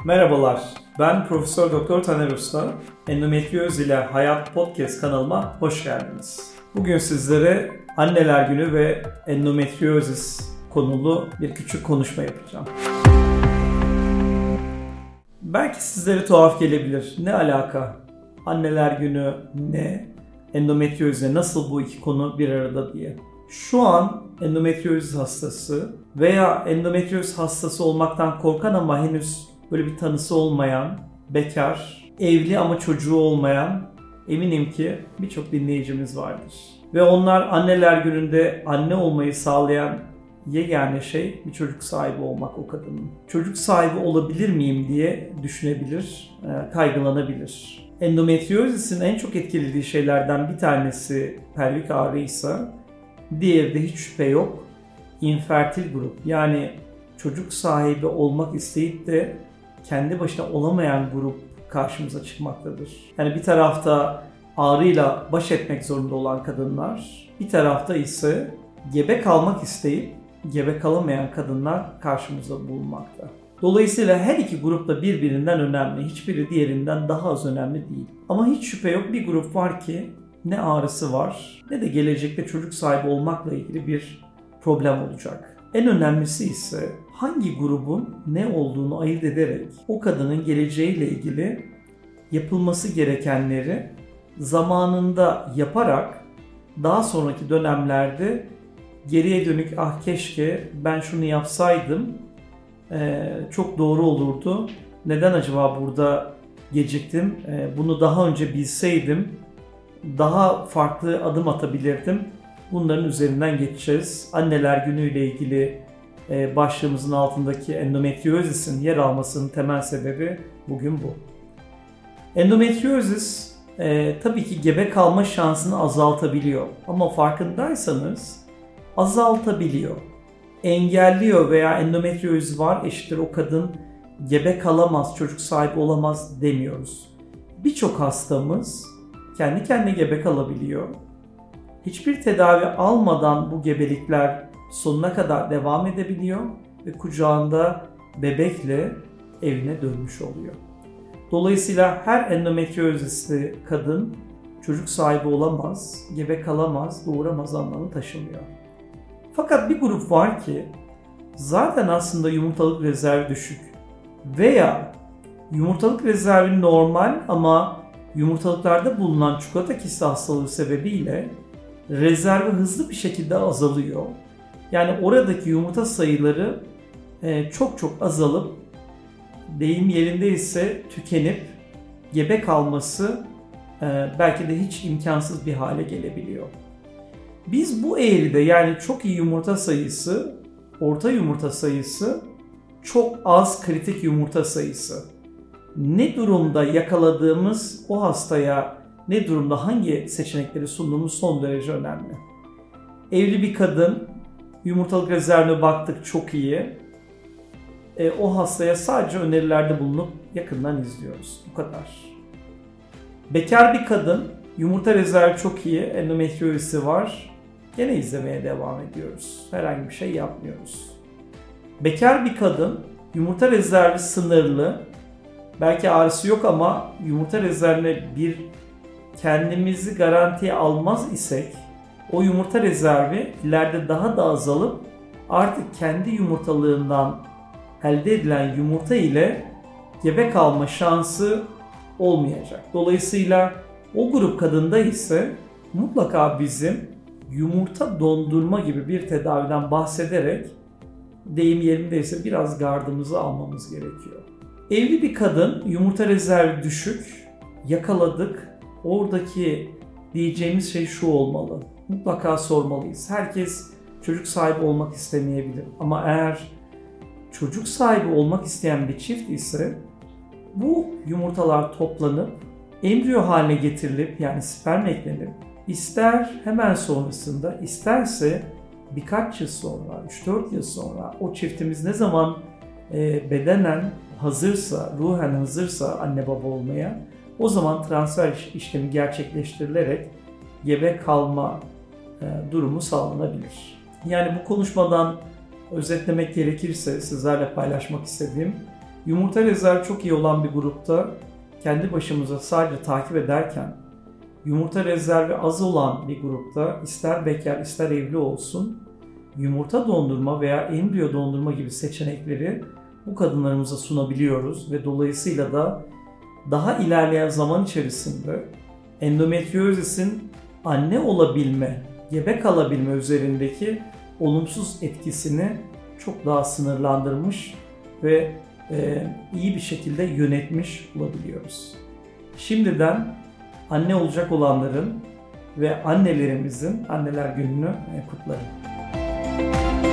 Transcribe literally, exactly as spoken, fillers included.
Merhabalar, ben Profesör Doktor Taner Usta. Endometrioz ile Hayat Podcast kanalıma hoş geldiniz. Bugün sizlere Anneler Günü ve endometriozis konulu bir küçük konuşma yapacağım. Belki sizlere tuhaf gelebilir. Ne alaka? Anneler Günü ne? Endometriozle nasıl bu iki konu bir arada diye. Şu an endometriozis hastası veya endometriozis hastası olmaktan korkan ama henüz böyle bir tanısı olmayan, bekar, evli ama çocuğu olmayan eminim ki birçok dinleyicimiz vardır. Ve onlar Anneler Günü'nde anne olmayı sağlayan yegane şey bir çocuk sahibi olmak o kadının. Çocuk sahibi olabilir miyim diye düşünebilir, kaygılanabilir. Endometriozisin en çok etkilediği şeylerden bir tanesi pelvik ağrıysa, diğeri de hiç şüphe yok infertil grup. Yani çocuk sahibi olmak isteyip de kendi başına olamayan grup karşımıza çıkmaktadır. Yani bir tarafta ağrıyla baş etmek zorunda olan kadınlar, bir tarafta ise gebe kalmak isteyip gebe kalamayan kadınlar karşımıza bulunmakta. Dolayısıyla her iki grup da birbirinden önemli. Hiçbiri diğerinden daha az önemli değil. Ama hiç şüphe yok bir grup var ki ne ağrısı var ne de gelecekte çocuk sahibi olmakla ilgili bir problem olacak. En önemlisi ise hangi grubun ne olduğunu ayırt ederek o kadının geleceğiyle ilgili yapılması gerekenleri zamanında yaparak daha sonraki dönemlerde geriye dönük ah keşke ben şunu yapsaydım çok doğru olurdu. Neden acaba burada geciktim? Bunu daha önce bilseydim daha farklı adım atabilirdim. Bunların üzerinden geçeceğiz. Anneler Günü ile ilgili başlığımızın altındaki endometriozisin yer almasının temel sebebi bugün bu. Endometriozis e, tabii ki gebe kalma şansını azaltabiliyor. Ama farkındaysanız azaltabiliyor. Engelliyor veya endometriozis var eşittir o kadın gebe kalamaz, çocuk sahibi olamaz demiyoruz. Birçok hastamız kendi kendine gebe kalabiliyor. Hiçbir tedavi almadan bu gebelikler sonuna kadar devam edebiliyor ve kucağında bebekle evine dönmüş oluyor. Dolayısıyla her endometriozisli kadın çocuk sahibi olamaz, gebe kalamaz, doğuramaz anlamı taşımıyor. Fakat bir grup var ki zaten aslında yumurtalık rezervi düşük veya yumurtalık rezervi normal ama yumurtalıklarda bulunan çikolata kisti hastalığı sebebiyle rezervi hızlı bir şekilde azalıyor. Yani oradaki yumurta sayıları çok çok azalıp deyim yerinde ise tükenip gebe kalması belki de hiç imkansız bir hale gelebiliyor. Biz bu eğride yani çok iyi yumurta sayısı, orta yumurta sayısı, çok az kritik yumurta sayısı. Ne durumda yakaladığımız o hastaya ne durumda hangi seçenekleri sunduğumuz son derece önemli. Evli bir kadın yumurtalık rezervine baktık çok iyi. E, o hastaya sadece önerilerde bulunup yakından izliyoruz. Bu kadar. Bekar bir kadın yumurta rezervi çok iyi, endometriozisi var. Gene izlemeye devam ediyoruz. Herhangi bir şey yapmıyoruz. Bekar bir kadın yumurta rezervi sınırlı. Belki ağrısı yok ama yumurta rezervine bir kendimizi garantiye almaz isek o yumurta rezervi ileride daha da azalıp artık kendi yumurtalığından elde edilen yumurta ile gebe kalma şansı olmayacak. Dolayısıyla o grup kadında ise mutlaka bizim yumurta dondurma gibi bir tedaviden bahsederek deyim yerindeyse biraz gardımızı almamız gerekiyor. Evli bir kadın yumurta rezervi düşük, yakaladık. Oradaki diyeceğimiz şey şu olmalı. Mutlaka sormalıyız. Herkes çocuk sahibi olmak istemeyebilir. Ama eğer çocuk sahibi olmak isteyen bir çift ise bu yumurtalar toplanıp embriyo haline getirilip yani sperm eklenip ister hemen sonrasında isterse birkaç yıl sonra, üç dört yıl sonra o çiftimiz ne zaman e, bedenen hazırsa, ruhen hazırsa anne baba olmaya o zaman transfer işlemi gerçekleştirilerek gebe kalma e, durumu sağlanabilir. Yani bu konuşmadan özetlemek gerekirse sizlerle paylaşmak istediğim Yumurta rezervi çok iyi olan bir grupta kendi başımıza sadece takip ederken, yumurta rezervi az olan bir grupta ister bekar ister evli olsun, yumurta dondurma veya embriyo dondurma gibi seçenekleri bu kadınlarımıza sunabiliyoruz ve dolayısıyla da daha ilerleyen zaman içerisinde endometriozisin anne olabilme, gebe kalabilme üzerindeki olumsuz etkisini çok daha sınırlandırmış ve e, iyi bir şekilde yönetmiş olabiliyoruz. Şimdiden anne olacak olanların ve annelerimizin Anneler Günü'nü kutlarım.